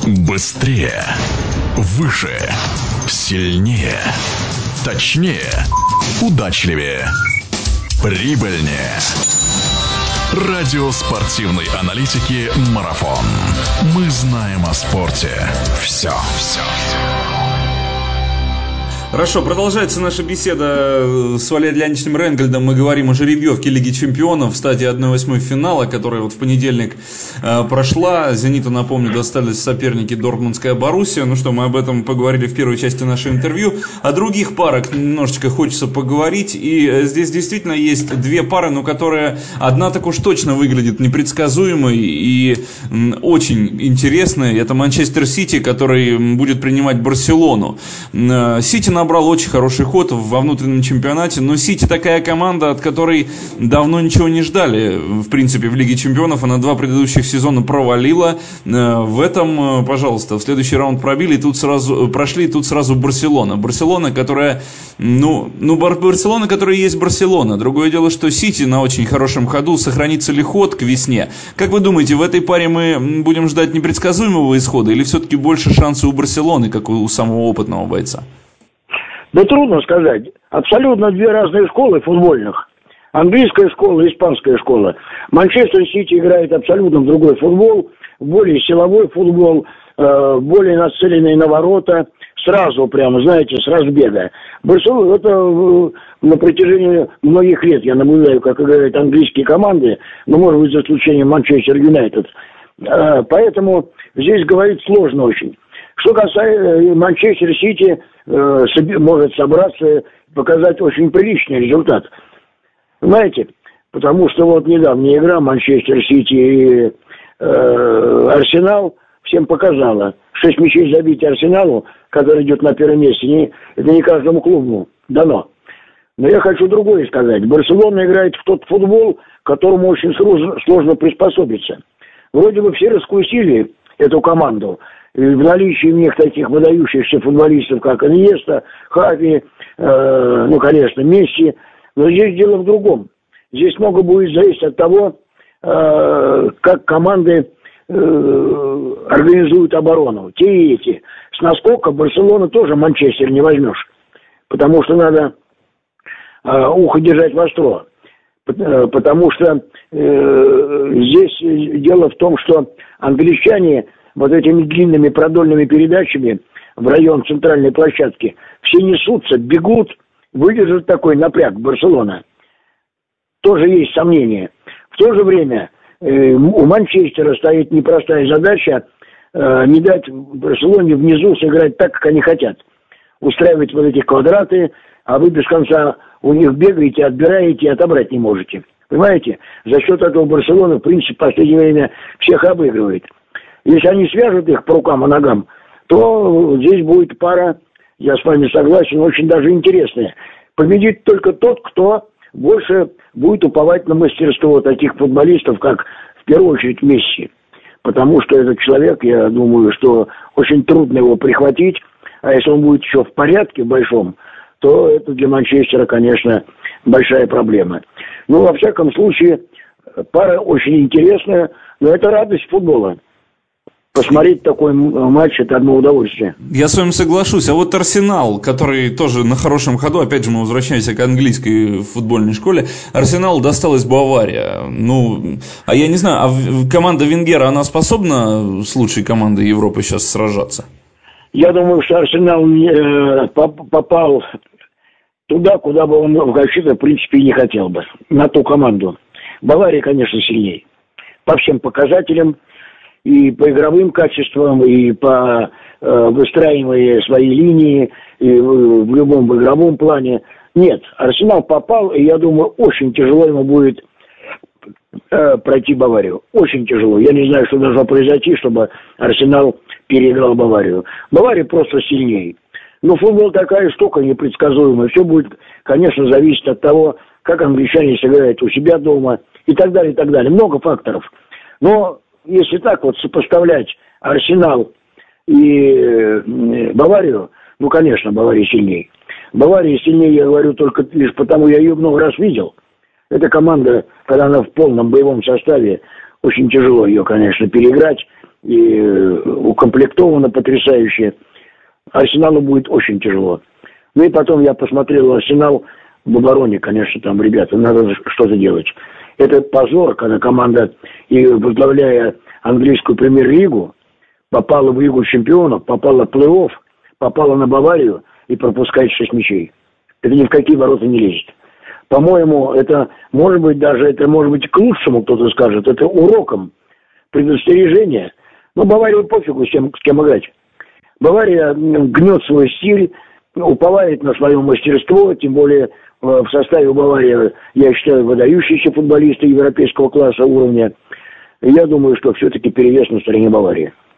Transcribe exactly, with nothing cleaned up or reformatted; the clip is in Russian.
Быстрее, выше, сильнее, точнее, удачливее, прибыльнее. Радио спортивной аналитики «Марафон». Мы знаем о спорте все. Все. Хорошо, продолжается наша беседа с Валерием Леонидовичем Ренгольдом. Мы говорим о жеребьевке Лиги Чемпионов в стадии одна восьмая финала, которая вот в понедельник э, прошла. «Зениту», напомню, достались соперники Дортмундская Боруссия. Ну что, мы об этом поговорили в первой части нашего интервью. О других парах немножечко хочется поговорить. И здесь действительно есть две пары, но которые... Одна так уж точно выглядит непредсказуемой и м, очень интересной. Это Манчестер Сити, который будет принимать Барселону. Сити набрал очень хороший ход во внутреннем чемпионате, но Сити такая команда, от которой давно ничего не ждали, в принципе, в Лиге Чемпионов. Она два предыдущих сезона провалила. В этом, пожалуйста, в следующий раунд пробили, и тут сразу прошли, и тут сразу Барселона. Барселона, которая, ну, ну, Барселона, которая есть Барселона. Другое дело, что Сити на очень хорошем ходу. Сохранится ли ход к весне? Как вы думаете, в этой паре мы будем ждать непредсказуемого исхода, или все-таки больше шансов у Барселоны, как у самого опытного бойца? Да трудно сказать. Абсолютно две разные школы футбольных. Английская школа, испанская школа. Манчестер Сити играет абсолютно в другой футбол, более силовой футбол, э, более нацеленный на ворота, сразу прямо, знаете, с разбега. Барселона, это э, на протяжении многих лет я наблюдаю, как играют английские команды, но, может быть, за исключением Манчестер Юнайтед. Э, поэтому здесь говорить сложно очень. Что касается Манчестер Сити, э, может собраться и показать очень приличный результат. Знаете, потому что вот недавняя игра Манчестер Сити и э, Арсенал всем показала. Шесть мячей забить Арсеналу, который идет на первом месте, не, это не каждому клубу дано. Но я хочу другое сказать. Барселона играет в тот футбол, к которому очень сложно, сложно приспособиться. Вроде бы все раскусили эту команду. И в наличии у них таких выдающихся футболистов, как Иньеста, Хави, э, ну, конечно, Месси. Но здесь дело в другом. Здесь много будет зависеть от того, э, как команды э, организуют оборону. Те и эти. С наскока Барселона тоже Манчестер не возьмешь. Потому что надо э, ухо держать востро. Потому что э, здесь дело в том, что англичане вот этими длинными продольными передачами в район центральной площадки все несутся, бегут, выдержат такой напряг Барселона. Тоже есть сомнения. В то же время э, у Манчестера стоит непростая задача э, не дать Барселоне внизу сыграть так, как они хотят. Устраивать вот эти квадраты, а вы без конца у них бегаете, отбираете и отобрать не можете. Понимаете? За счет этого Барселона, в принципе, в последнее время всех обыгрывает. Если они свяжут их по рукам и ногам, то здесь будет пара, я с вами согласен, очень даже интересная. Победит только тот, кто больше будет уповать на мастерство таких футболистов, как в первую очередь Месси. Потому что этот человек, я думаю, что очень трудно его прихватить. А если он будет еще в порядке большом, то это для Манчестера, конечно, большая проблема. Ну, во всяком случае, пара очень интересная, но это радость футбола. Посмотреть такой матч – это одно удовольствие. Я с вами соглашусь. А вот Арсенал, который тоже на хорошем ходу, опять же мы возвращаемся к английской футбольной школе, Арсеналу досталась Бавария. Ну, а я не знаю, а команда Венгера, она способна с лучшей командой Европы сейчас сражаться? Я думаю, что Арсенал э, попал туда, куда бы он вообще-то, в принципе, и не хотел бы. На ту команду. Бавария, конечно, сильнее. По всем показателям. И по игровым качествам, и по э, выстраиванию своей линии, и в, в любом игровом плане. Нет, Арсенал попал, и я думаю, очень тяжело ему будет э, пройти Баварию. Очень тяжело. Я не знаю, что должно произойти, чтобы Арсенал переиграл Баварию. Бавария просто сильнее. Но футбол такая штука непредсказуемая. Все будет, конечно, зависеть от того, как англичане сыграют у себя дома и так далее, и так далее. Много факторов. Но если так вот сопоставлять Арсенал и Баварию, ну, конечно, Бавария сильнее. Бавария сильнее, я говорю, только лишь потому, я ее много раз видел. Эта команда, когда она в полном боевом составе, очень тяжело ее, конечно, переиграть. и укомплектовано потрясающе. Арсеналу будет очень тяжело. Ну и потом я посмотрел Арсенал в обороне, конечно, там, ребята, надо что-то делать. Это позор, когда команда, и возглавляя английскую премьер-лигу, попала в Лигу чемпионов, попала в плей-офф, попала на Баварию и пропускает шесть мячей. Это ни в какие ворота не лезет. По-моему, это, может быть, даже, это может быть к лучшему, кто-то скажет, это уроком, предостережение. Но Баварии пофигу, с кем, с кем играть. Бавария гнет свой стиль, уповает на свое мастерство, тем более в составе Баварии, я считаю, выдающиеся футболисты европейского класса уровня. Я думаю, что все-таки перевес на стороне Баварии.